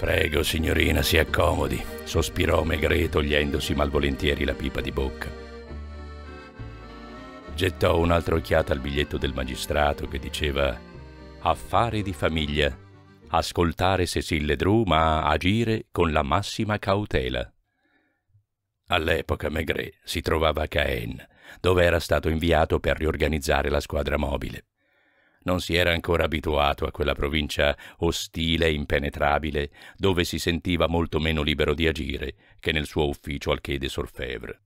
Prego, signorina, si accomodi, sospirò Maigret togliendosi malvolentieri la pipa di bocca. Gettò un'altra occhiata al biglietto del magistrato che diceva «Affari di famiglia, ascoltare Cécile Ledru ma agire con la massima cautela». All'epoca Maigret si trovava a Caen, dove era stato inviato per riorganizzare la squadra mobile. Non si era ancora abituato a quella provincia ostile e impenetrabile, dove si sentiva molto meno libero di agire che nel suo ufficio al Quai des Orfèvres.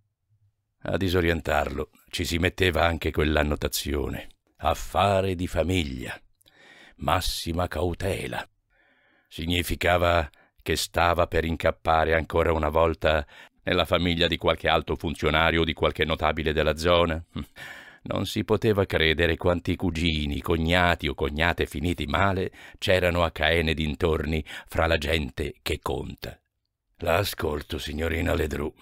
A disorientarlo ci si metteva anche quell'annotazione: affare di famiglia, massima cautela. Significava che stava per incappare ancora una volta nella famiglia di qualche alto funzionario o di qualche notabile della zona. Non si poteva credere quanti cugini, cognati o cognate finiti male c'erano a Caen e dintorni fra la gente che conta. La ascolto, signorina Ledru.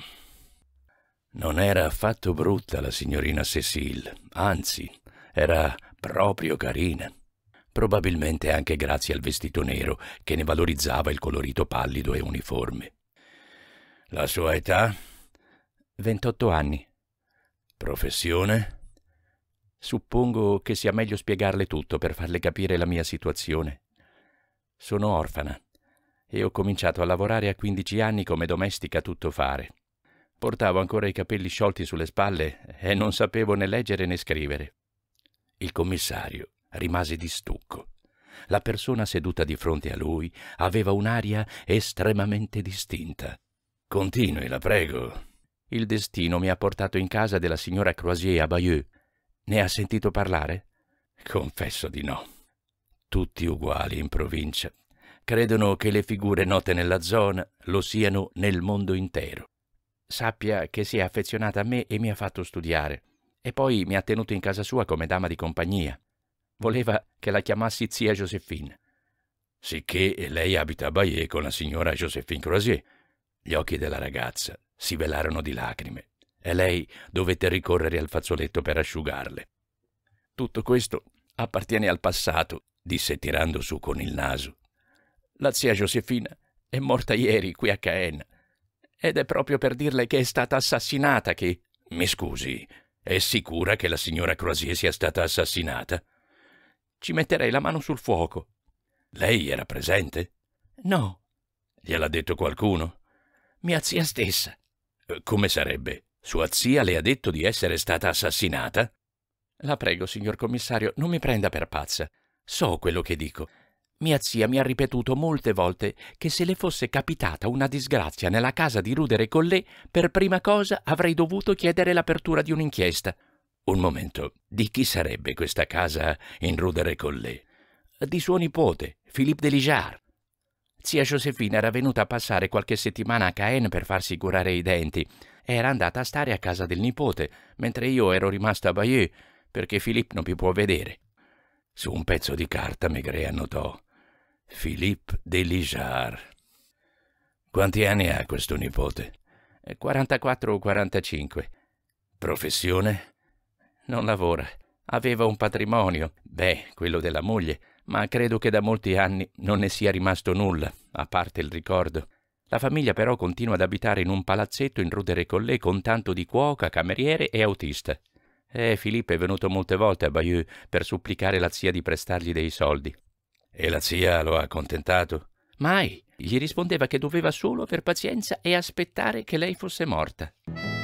Non era affatto brutta la signorina Cécile, anzi, era proprio carina. Probabilmente anche grazie al vestito nero che ne valorizzava il colorito pallido e uniforme. La sua età? 28 anni. Professione? Suppongo che sia meglio spiegarle tutto per farle capire la mia situazione. Sono orfana e ho cominciato a lavorare a 15 anni come domestica a tuttofare. Portavo ancora i capelli sciolti sulle spalle e non sapevo né leggere né scrivere. Il commissario rimase di stucco. La persona seduta di fronte a lui aveva un'aria estremamente distinta. Continui, la prego. Il destino mi ha portato in casa della signora Croisier a Bayeux. Ne ha sentito parlare? Confesso di no. Tutti uguali in provincia. Credono che le figure note nella zona lo siano nel mondo intero. Sappia che si è affezionata a me e mi ha fatto studiare. E poi mi ha tenuto in casa sua come dama di compagnia. Voleva che la chiamassi zia Joséphine. Sicché lei abita a Bayeux con la signora Joséphine Croisier. Gli occhi della ragazza si velarono di lacrime e lei dovette ricorrere al fazzoletto per asciugarle. Tutto questo appartiene al passato, disse tirando su con il naso. La zia Joséphine è morta ieri qui a Caen ed è proprio per dirle che è stata assassinata che... Mi scusi, è sicura che la signora Croisier sia stata assassinata? Ci metterei la mano sul fuoco. Lei era presente? No. Gliel'ha detto qualcuno? Mia zia stessa. Come sarebbe? Sua zia le ha detto di essere stata assassinata? La prego, signor commissario, non mi prenda per pazza. So quello che dico. Mia zia mi ha ripetuto molte volte che se le fosse capitata una disgrazia nella casa di Rue de Récollet, per prima cosa avrei dovuto chiedere l'apertura di un'inchiesta. Un momento, di chi sarebbe questa casa in Rue de Récollet? Di suo nipote, Philippe de Lijar. Zia Joséphine era venuta a passare qualche settimana a Caen per farsi curare i denti. Era andata a stare a casa del nipote, mentre io ero rimasto a Bayeux, perché Philippe non mi può vedere. Su un pezzo di carta Maigret annotò Philippe de Lijar. Quanti anni ha questo nipote? 44 o 45. Professione? Non lavora. Aveva un patrimonio, quello della moglie, ma credo che da molti anni non ne sia rimasto nulla, a parte il ricordo. La famiglia però continua ad abitare in un palazzetto in Rue de Récollet con tanto di cuoca, cameriere e autista. Philippe è venuto molte volte a Bayeux per supplicare la zia di prestargli dei soldi. E la zia lo ha accontentato? Mai. Gli rispondeva che doveva solo aver pazienza e aspettare che lei fosse morta.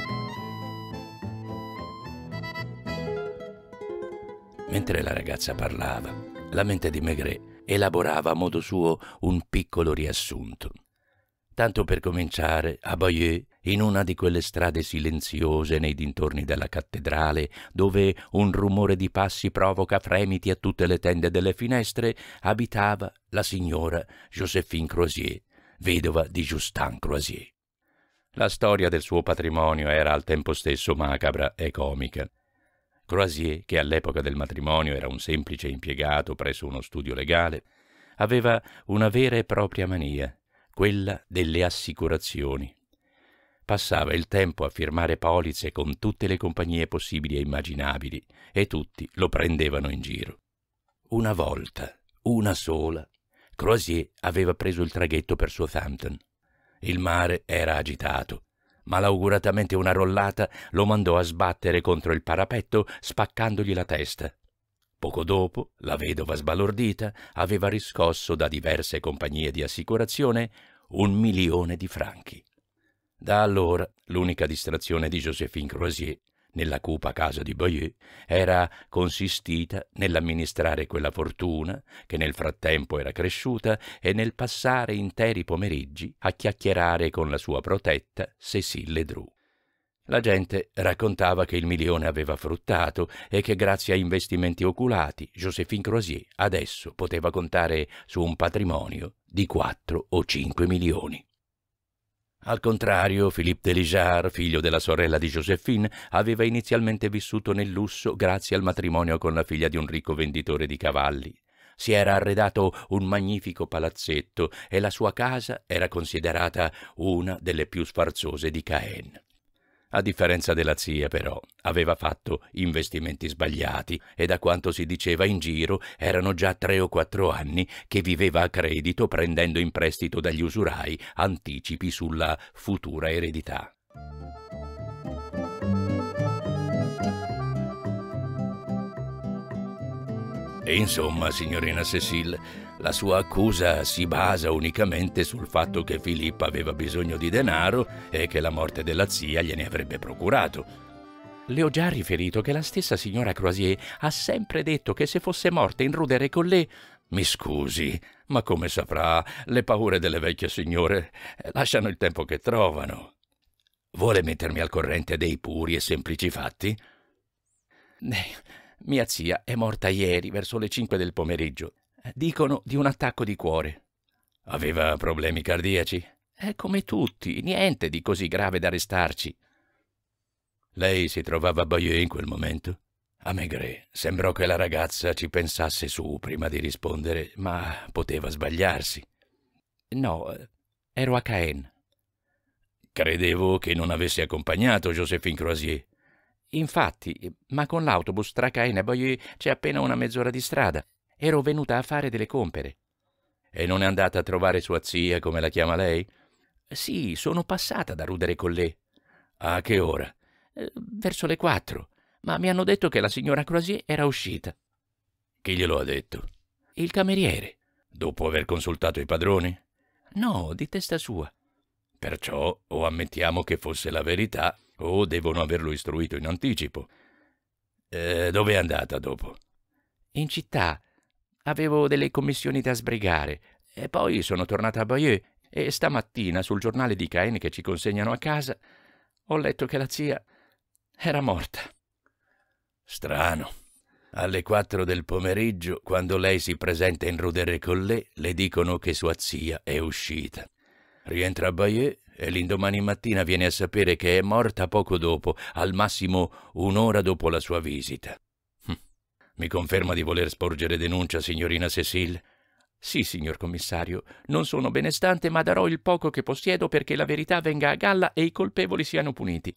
Mentre la ragazza parlava, la mente di Maigret elaborava a modo suo un piccolo riassunto. Tanto per cominciare, a Bayeux, in una di quelle strade silenziose nei dintorni della cattedrale, dove un rumore di passi provoca fremiti a tutte le tende delle finestre, abitava la signora Joséphine Croisier, vedova di Justin Croisier. La storia del suo patrimonio era al tempo stesso macabra e comica. Croisier, che all'epoca del matrimonio era un semplice impiegato presso uno studio legale, aveva una vera e propria mania, quella delle assicurazioni. Passava il tempo a firmare polizze con tutte le compagnie possibili e immaginabili e tutti lo prendevano in giro. Una volta, una sola, Croisier aveva preso il traghetto per Southampton. Il mare era agitato. Malauguratamente una rollata lo mandò a sbattere contro il parapetto, spaccandogli la testa. Poco dopo, la vedova sbalordita aveva riscosso da diverse compagnie di assicurazione 1.000.000 di franchi. Da allora, l'unica distrazione di Joséphine Croisier, nella cupa casa di Bayeux, era consistita nell'amministrare quella fortuna, che nel frattempo era cresciuta, e nel passare interi pomeriggi a chiacchierare con la sua protetta Cécile Ledru. La gente raccontava che il 1.000.000 aveva fruttato e che grazie a investimenti oculati Joséphine Croisier adesso poteva contare su un patrimonio di 4 o 5 milioni. Al contrario, Philippe de Lijar, figlio della sorella di Joséphine, aveva inizialmente vissuto nel lusso grazie al matrimonio con la figlia di un ricco venditore di cavalli. Si era arredato un magnifico palazzetto e la sua casa era considerata una delle più sfarzose di Caen. A differenza della zia, però, aveva fatto investimenti sbagliati e, da quanto si diceva in giro, erano già 3 o 4 anni che viveva a credito prendendo in prestito dagli usurai anticipi sulla futura eredità. E insomma, signorina Cécile, la sua accusa si basa unicamente sul fatto che Philippe aveva bisogno di denaro e che la morte della zia gliene avrebbe procurato. Le ho già riferito che la stessa signora Croisier ha sempre detto che se fosse morta in Rue de Récollet... Mi scusi, ma come saprà, le paure delle vecchie signore lasciano il tempo che trovano. Vuole mettermi al corrente dei puri e semplici fatti? Mia zia è morta ieri verso le 5 del pomeriggio. Dicono di un attacco di cuore. Aveva problemi cardiaci? Come tutti, niente di così grave da restarci. Lei si trovava a Bayeux in quel momento? A Maigret sembrò che la ragazza ci pensasse su prima di rispondere, ma poteva sbagliarsi. No, ero a Caen. Credevo che non avesse accompagnato Joséphine Croisier. Infatti, ma con l'autobus tra Caen e Bayeux c'è appena una mezz'ora di strada. Ero venuta a fare delle compere. E non è andata a trovare sua zia, come la chiama lei? Sì, sono passata da Rue de Récollet. A che ora? Verso le 4, ma mi hanno detto che la signora Croisier era uscita. Chi glielo ha detto? Il cameriere. Dopo aver consultato i padroni? No, di testa sua. Perciò o ammettiamo che fosse la verità o devono averlo istruito in anticipo. Dove è andata dopo? In città. Avevo delle commissioni da sbrigare e poi sono tornata a Bayeux e stamattina sul giornale di Caen che ci consegnano a casa ho letto che la zia era morta. Strano. Alle 4 del pomeriggio, quando lei si presenta in Rue de Récollet, le dicono che sua zia è uscita. Rientra a Bayeux e l'indomani mattina viene a sapere che è morta poco dopo, al massimo 1 ora dopo la sua visita. Mi conferma di voler sporgere denuncia, signorina Cécile? Sì, signor commissario. Non sono benestante, ma darò il poco che possiedo perché la verità venga a galla e i colpevoli siano puniti.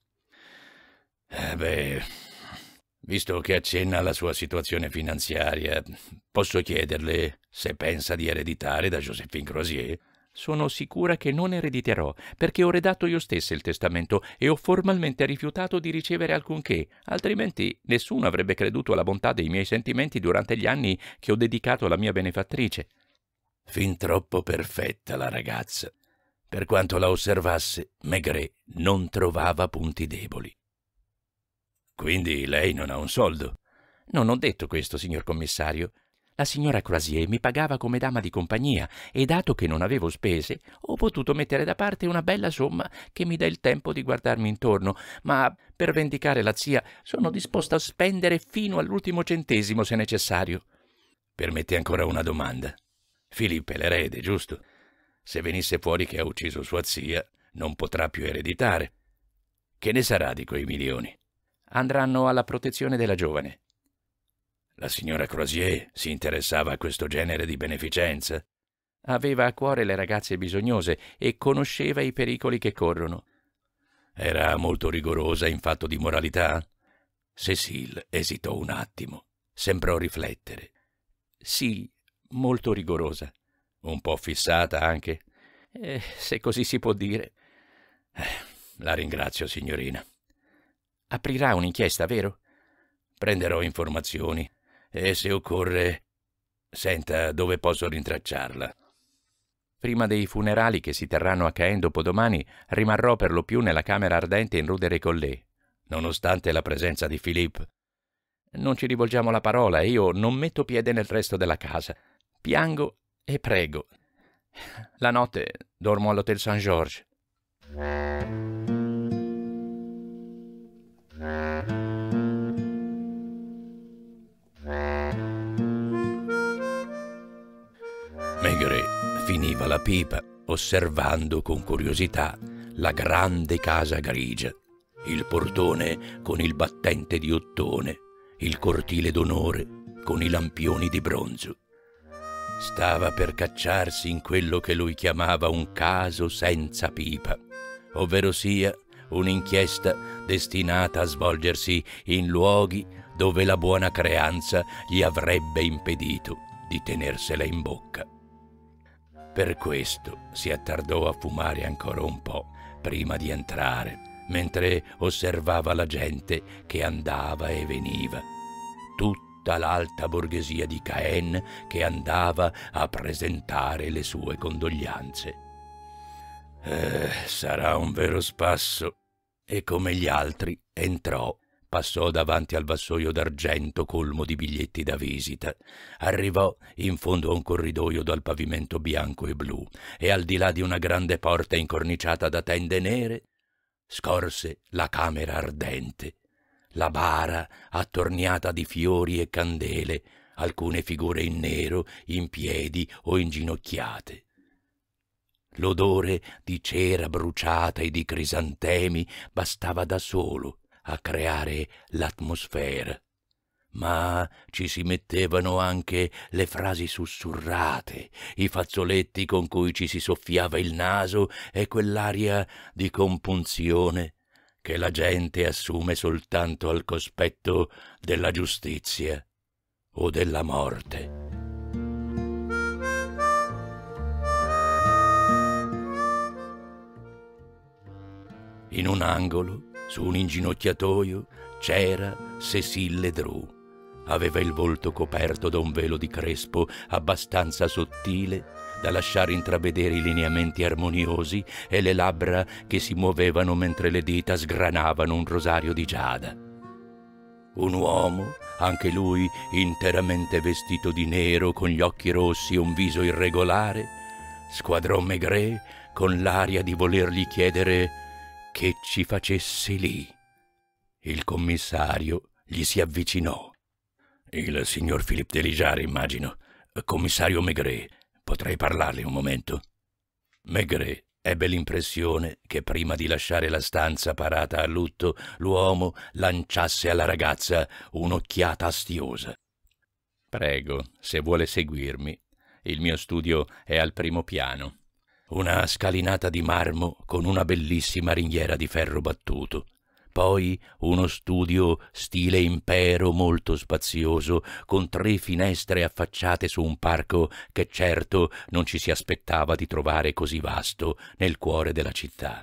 Visto che accenna alla sua situazione finanziaria, posso chiederle se pensa di ereditare da Joséphine Croisier? Sono sicura che non erediterò, perché ho redatto io stessa il testamento e ho formalmente rifiutato di ricevere alcunché, altrimenti nessuno avrebbe creduto alla bontà dei miei sentimenti durante gli anni che ho dedicato alla mia benefattrice. Fin troppo perfetta la ragazza. Per quanto la osservasse, Maigret non trovava punti deboli. Quindi lei non ha un soldo? Non ho detto questo, signor commissario. La signora Croisier mi pagava come dama di compagnia e dato che non avevo spese, ho potuto mettere da parte una bella somma che mi dà il tempo di guardarmi intorno, ma per vendicare la zia sono disposta a spendere fino all'ultimo centesimo se necessario. Permette ancora una domanda. Philippe è l'erede, giusto? Se venisse fuori che ha ucciso sua zia, non potrà più ereditare. Che ne sarà di quei milioni? Andranno alla protezione della giovane. La signora Croisier si interessava a questo genere di beneficenza? Aveva a cuore le ragazze bisognose e conosceva i pericoli che corrono. Era molto rigorosa in fatto di moralità? Cécile esitò un attimo. Sembrò riflettere. Sì, molto rigorosa. Un po' fissata anche? Se così si può dire. La ringrazio, signorina. Aprirà un'inchiesta, vero? Prenderò informazioni e, se occorre, senta dove posso rintracciarla. Prima dei funerali che si terranno a Caen dopodomani, rimarrò per lo più nella camera ardente in Rue des Récollets, nonostante la presenza di Philippe. Non ci rivolgiamo la parola e io non metto piede nel resto della casa. Piango e prego. La notte dormo all'Hotel Saint-Georges. Maigret finiva la pipa osservando con curiosità la grande casa grigia, il portone con il battente di ottone, il cortile d'onore con i lampioni di bronzo. Stava per cacciarsi in quello che lui chiamava un caso senza pipa, ovverosia un'inchiesta destinata a svolgersi in luoghi dove la buona creanza gli avrebbe impedito di tenersela in bocca. Per questo si attardò a fumare ancora un po' prima di entrare, mentre osservava la gente che andava e veniva, tutta l'alta borghesia di Caen che andava a presentare le sue condoglianze. Sarà un vero spasso. E come gli altri entrò, passò davanti al vassoio d'argento colmo di biglietti da visita, arrivò in fondo a un corridoio dal pavimento bianco e blu e al di là di una grande porta incorniciata da tende nere scorse la camera ardente, la bara attorniata di fiori e candele, alcune figure in nero, in piedi o inginocchiate. L'odore di cera bruciata e di crisantemi bastava da solo a creare l'atmosfera, ma ci si mettevano anche le frasi sussurrate, i fazzoletti con cui ci si soffiava il naso e quell'aria di compunzione che la gente assume soltanto al cospetto della giustizia o della morte. In un angolo, su un inginocchiatoio, c'era Cécile Ledru. Aveva il volto coperto da un velo di crespo abbastanza sottile da lasciare intravedere i lineamenti armoniosi e le labbra che si muovevano mentre le dita sgranavano un rosario di giada. Un uomo, anche lui interamente vestito di nero, con gli occhi rossi e un viso irregolare, squadrò Maigret con l'aria di volergli chiedere che ci facesse lì. Il commissario gli si avvicinò. Il signor Philippe Delijars, immagino. Commissario Maigret, potrei parlarle un momento? Maigret ebbe l'impressione che prima di lasciare la stanza parata a lutto, l'uomo lanciasse alla ragazza un'occhiata astiosa. Prego, se vuole seguirmi. Il mio studio è al primo piano. Una scalinata di marmo con una bellissima ringhiera di ferro battuto. Poi uno studio stile impero molto spazioso, con 3 finestre affacciate su un parco che certo non ci si aspettava di trovare così vasto nel cuore della città.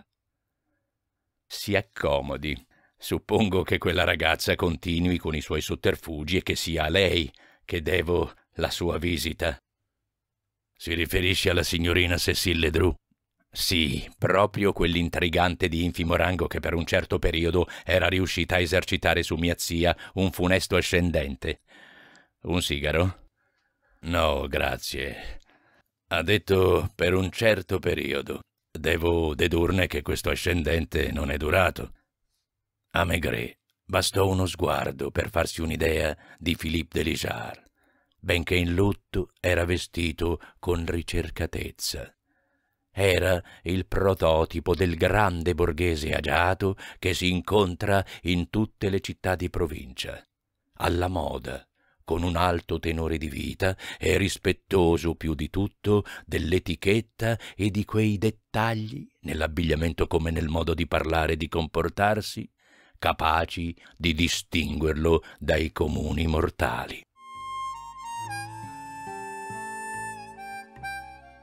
Si accomodi. Suppongo che quella ragazza continui con i suoi sotterfugi e che sia a lei che devo la sua visita. Si riferisce alla signorina Cécile Ledru? Sì, proprio quell'intrigante di infimo rango che per un certo periodo era riuscita a esercitare su mia zia un funesto ascendente. Un sigaro? No, grazie. Ha detto per un certo periodo. Devo dedurne che questo ascendente non è durato. A Maigret bastò uno sguardo per farsi un'idea di Philippe Delijars. Benché in lutto, era vestito con ricercatezza. Era il prototipo del grande borghese agiato che si incontra in tutte le città di provincia, alla moda, con un alto tenore di vita e rispettoso più di tutto dell'etichetta e di quei dettagli, nell'abbigliamento come nel modo di parlare e di comportarsi, capaci di distinguerlo dai comuni mortali.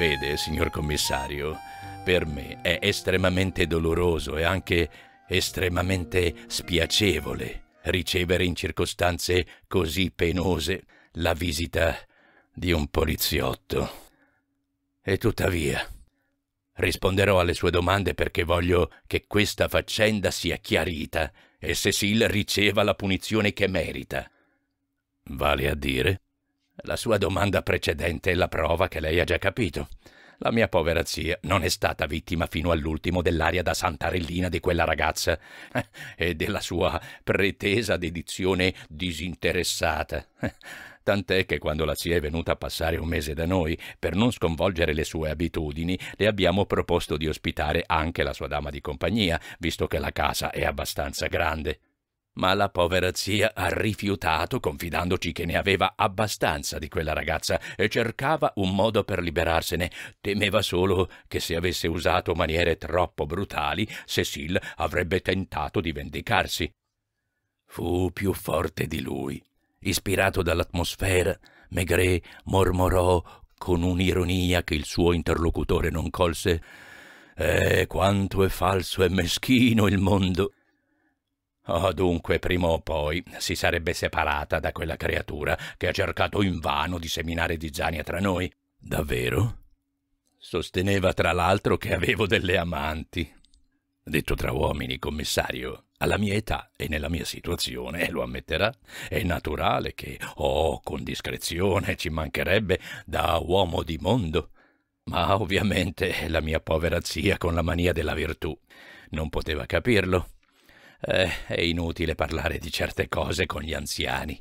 Vede, signor commissario, per me è estremamente doloroso e anche estremamente spiacevole ricevere in circostanze così penose la visita di un poliziotto. E tuttavia, risponderò alle sue domande perché voglio che questa faccenda sia chiarita e Cécile riceva la punizione che merita. Vale a dire, la sua domanda precedente è la prova che lei ha già capito. La mia povera zia non è stata vittima fino all'ultimo dell'aria da santarellina di quella ragazza e della sua pretesa dedizione disinteressata. Tant'è che quando la zia è venuta a passare un mese da noi, per non sconvolgere le sue abitudini, le abbiamo proposto di ospitare anche la sua dama di compagnia, visto che la casa è abbastanza grande. Ma la povera zia ha rifiutato, confidandoci che ne aveva abbastanza di quella ragazza e cercava un modo per liberarsene. Temeva solo che se avesse usato maniere troppo brutali, Cécile avrebbe tentato di vendicarsi. Fu più forte di lui. Ispirato dall'atmosfera, Maigret mormorò con un'ironia che il suo interlocutore non colse: quanto è falso e meschino il mondo! Oh, dunque, prima o poi si sarebbe separata da quella creatura che ha cercato invano di seminare zizzania tra noi. Davvero? Sosteneva tra l'altro che avevo delle amanti. Detto tra uomini, commissario, alla mia età e nella mia situazione, lo ammetterà, è naturale che, con discrezione, ci mancherebbe, da uomo di mondo. Ma ovviamente la mia povera zia, con la mania della virtù, non poteva capirlo. È inutile parlare di certe cose con gli anziani.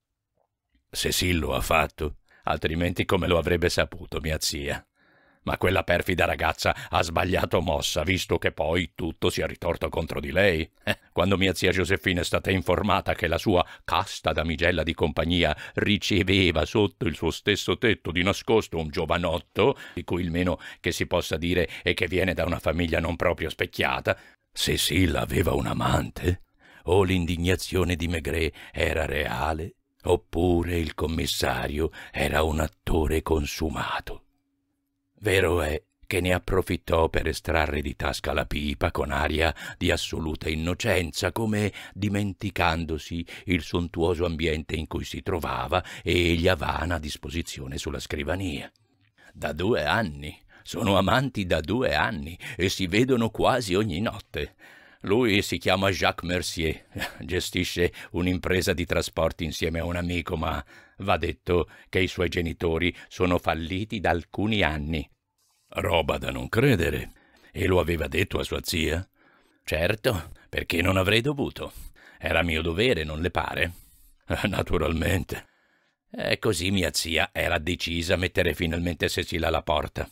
Cécile lo ha fatto, altrimenti come lo avrebbe saputo mia zia? Ma quella perfida ragazza ha sbagliato mossa, visto che poi tutto si è ritorto contro di lei. Quando mia zia Josephine è stata informata che la sua casta damigella di compagnia riceveva sotto il suo stesso tetto di nascosto un giovanotto, di cui il meno che si possa dire è che viene da una famiglia non proprio specchiata, Cécile aveva un amante? O l'indignazione di Maigret era reale, oppure il commissario era un attore consumato? Vero è che ne approfittò per estrarre di tasca la pipa con aria di assoluta innocenza, come dimenticandosi il sontuoso ambiente in cui si trovava e gli Havana a disposizione sulla scrivania. Da 2 anni. Sono amanti da 2 anni e si vedono quasi ogni notte. Lui si chiama Jacques Mercier, gestisce un'impresa di trasporti insieme a un amico, ma va detto che i suoi genitori sono falliti da alcuni anni. Roba da non credere. E lo aveva detto a sua zia? Certo, perché non avrei dovuto. Era mio dovere, non le pare? Naturalmente. E così mia zia era decisa a mettere finalmente Cécile alla porta.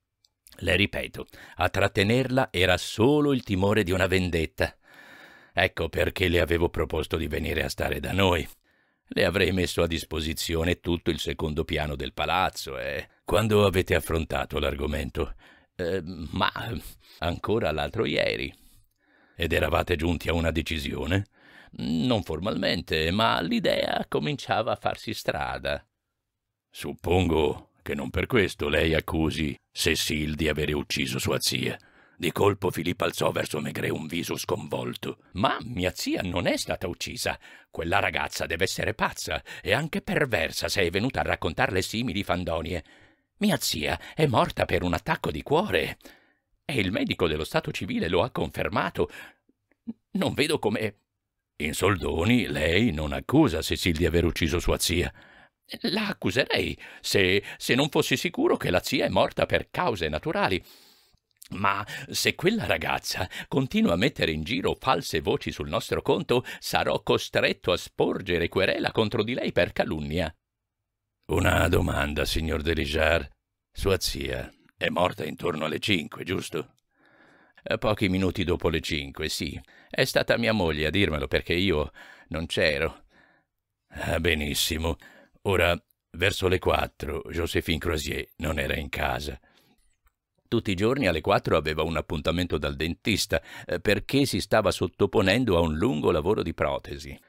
Le ripeto, a trattenerla era solo il timore di una vendetta. Ecco perché le avevo proposto di venire a stare da noi. Le avrei messo a disposizione tutto il secondo piano del palazzo e... Quando avete affrontato l'argomento? Ma ancora l'altro ieri. Ed eravate giunti a una decisione? Non formalmente, ma l'idea cominciava a farsi strada. Suppongo che non per questo lei accusi Cécile di avere ucciso sua zia. Di colpo Philippe alzò verso Maigret un viso sconvolto. Ma mia zia non è stata uccisa. Quella ragazza deve essere pazza e anche perversa se è venuta a raccontarle simili fandonie. Mia zia è morta per un attacco di cuore e il medico dello stato civile lo ha confermato. Non vedo come... In soldoni lei non accusa Cécile di aver ucciso sua zia. La accuserei se non fossi sicuro che la zia è morta per cause naturali. Ma se quella ragazza continua a mettere in giro false voci sul nostro conto, sarò costretto a sporgere querela contro di lei per calunnia. Una domanda, signor de Lijar. Sua zia è morta intorno alle 5, giusto? Pochi minuti dopo le 5, sì. È stata mia moglie a dirmelo perché io non c'ero. Benissimo. Ora, verso le 4, Joséphine Crozier non era in casa. Tutti i giorni alle 4 aveva un appuntamento dal dentista perché si stava sottoponendo a un lungo lavoro di protesi.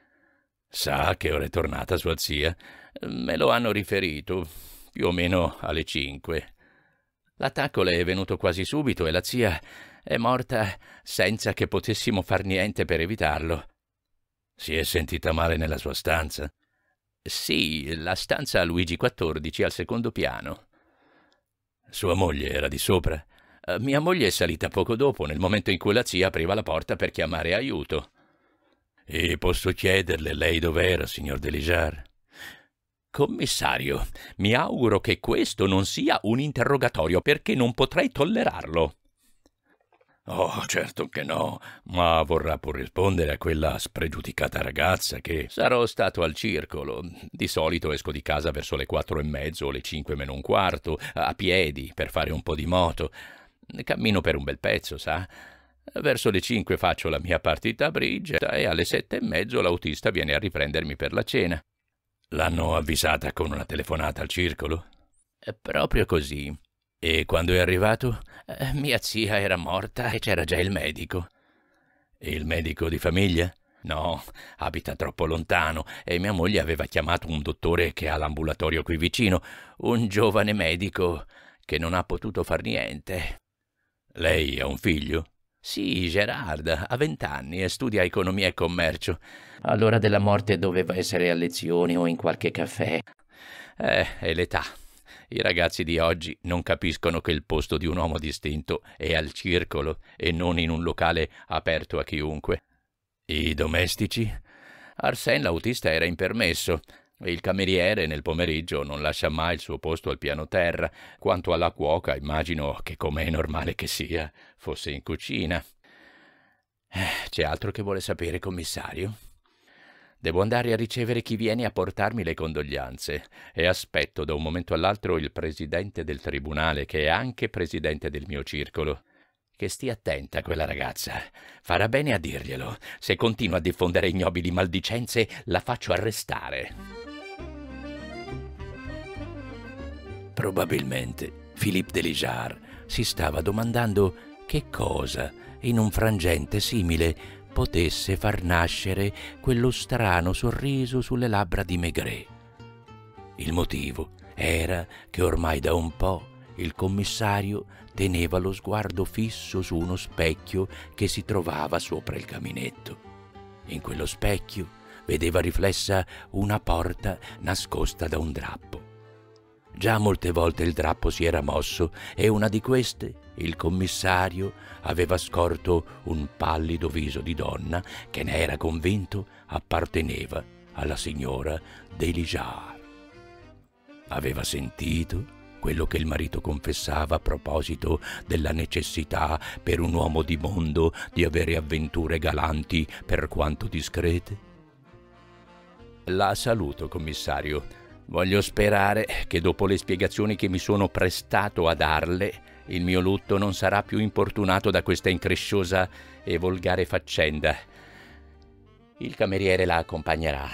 Sa che ora è tornata sua zia? Me lo hanno riferito, più o meno alle 5. L'attacco le è venuto quasi subito e la zia è morta senza che potessimo far niente per evitarlo. Si è sentita male nella sua stanza? Sì, la stanza Luigi XIV al secondo piano. Sua moglie era di sopra? Mia moglie è salita poco dopo, nel momento in cui la zia apriva la porta per chiamare aiuto. E posso chiederle lei dov'era, signor Delijar? Commissario, mi auguro che questo non sia un interrogatorio, perché non potrei tollerarlo. Oh, certo che no, ma vorrà pur rispondere a quella spregiudicata ragazza che... Sarò stato al circolo. Di solito esco di casa verso le 4:30 o le 5:45, a piedi, per fare un po' di moto. Cammino per un bel pezzo, sa? Verso le 5 faccio la mia partita a bridge e alle 7:30 l'autista viene a riprendermi per la cena. L'hanno avvisata con una telefonata al circolo? Proprio così. E quando è arrivato? Mia zia era morta e c'era già il medico. E il medico di famiglia? No, abita troppo lontano e mia moglie aveva chiamato un dottore che ha l'ambulatorio qui vicino, un giovane medico che non ha potuto far niente. Lei ha un figlio? Sì, Gerard, ha 20 anni e studia economia e commercio. All'ora della morte doveva essere a lezioni o in qualche caffè. È l'età. I ragazzi di oggi non capiscono che il posto di un uomo distinto è al circolo e non in un locale aperto a chiunque. I domestici? Arsène, l'autista, era impermesso. Il cameriere nel pomeriggio non lascia mai il suo posto al piano terra. Quanto alla cuoca, immagino che, come è normale che sia, fosse in cucina. C'è altro che vuole sapere, commissario? Devo andare a ricevere chi viene a portarmi le condoglianze e aspetto da un momento all'altro il presidente del tribunale, che è anche presidente del mio circolo. Che stia attenta quella ragazza. Farà bene a dirglielo. Se continua a diffondere ignobili maldicenze, la faccio arrestare. Probabilmente Philippe Delijar si stava domandando che cosa, in un frangente simile, potesse far nascere quello strano sorriso sulle labbra di Maigret. Il motivo era che ormai da un po' il commissario teneva lo sguardo fisso su uno specchio che si trovava sopra il caminetto. In quello specchio vedeva riflessa una porta nascosta da un drappo. Già molte volte il drappo si era mosso e una di queste il commissario aveva scorto un pallido viso di donna che, ne era convinto, apparteneva alla signora Delijar. Aveva sentito quello che il marito confessava a proposito della necessità per un uomo di mondo di avere avventure galanti per quanto discrete? La saluto, commissario. Voglio sperare che dopo le spiegazioni che mi sono prestato a darle, il mio lutto non sarà più importunato da questa incresciosa e volgare faccenda. Il cameriere la accompagnerà.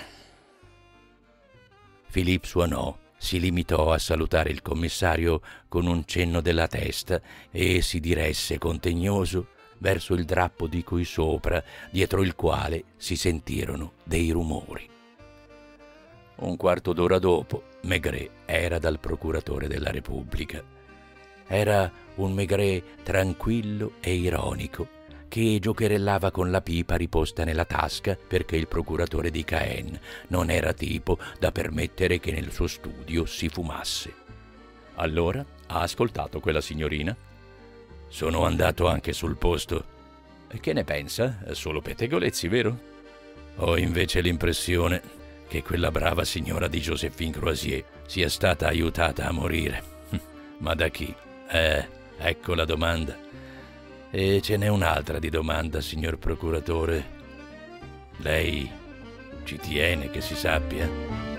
Philippe suonò, si limitò a salutare il commissario con un cenno della testa e si diresse contegnoso verso il drappo di cui sopra, dietro il quale si sentirono dei rumori. Un quarto d'ora dopo, Maigret era dal procuratore della Repubblica. Era un Maigret tranquillo e ironico, che giocherellava con la pipa riposta nella tasca perché il procuratore di Caen non era tipo da permettere che nel suo studio si fumasse. Allora, ha ascoltato quella signorina? Sono andato anche sul posto. Che ne pensa? Solo pettegolezzi, vero? Ho invece l'impressione che quella brava signora di Joséphine Croisier sia stata aiutata a morire. Ma da chi? Ecco la domanda. E ce n'è un'altra di domanda, signor procuratore. Lei ci tiene che si sappia?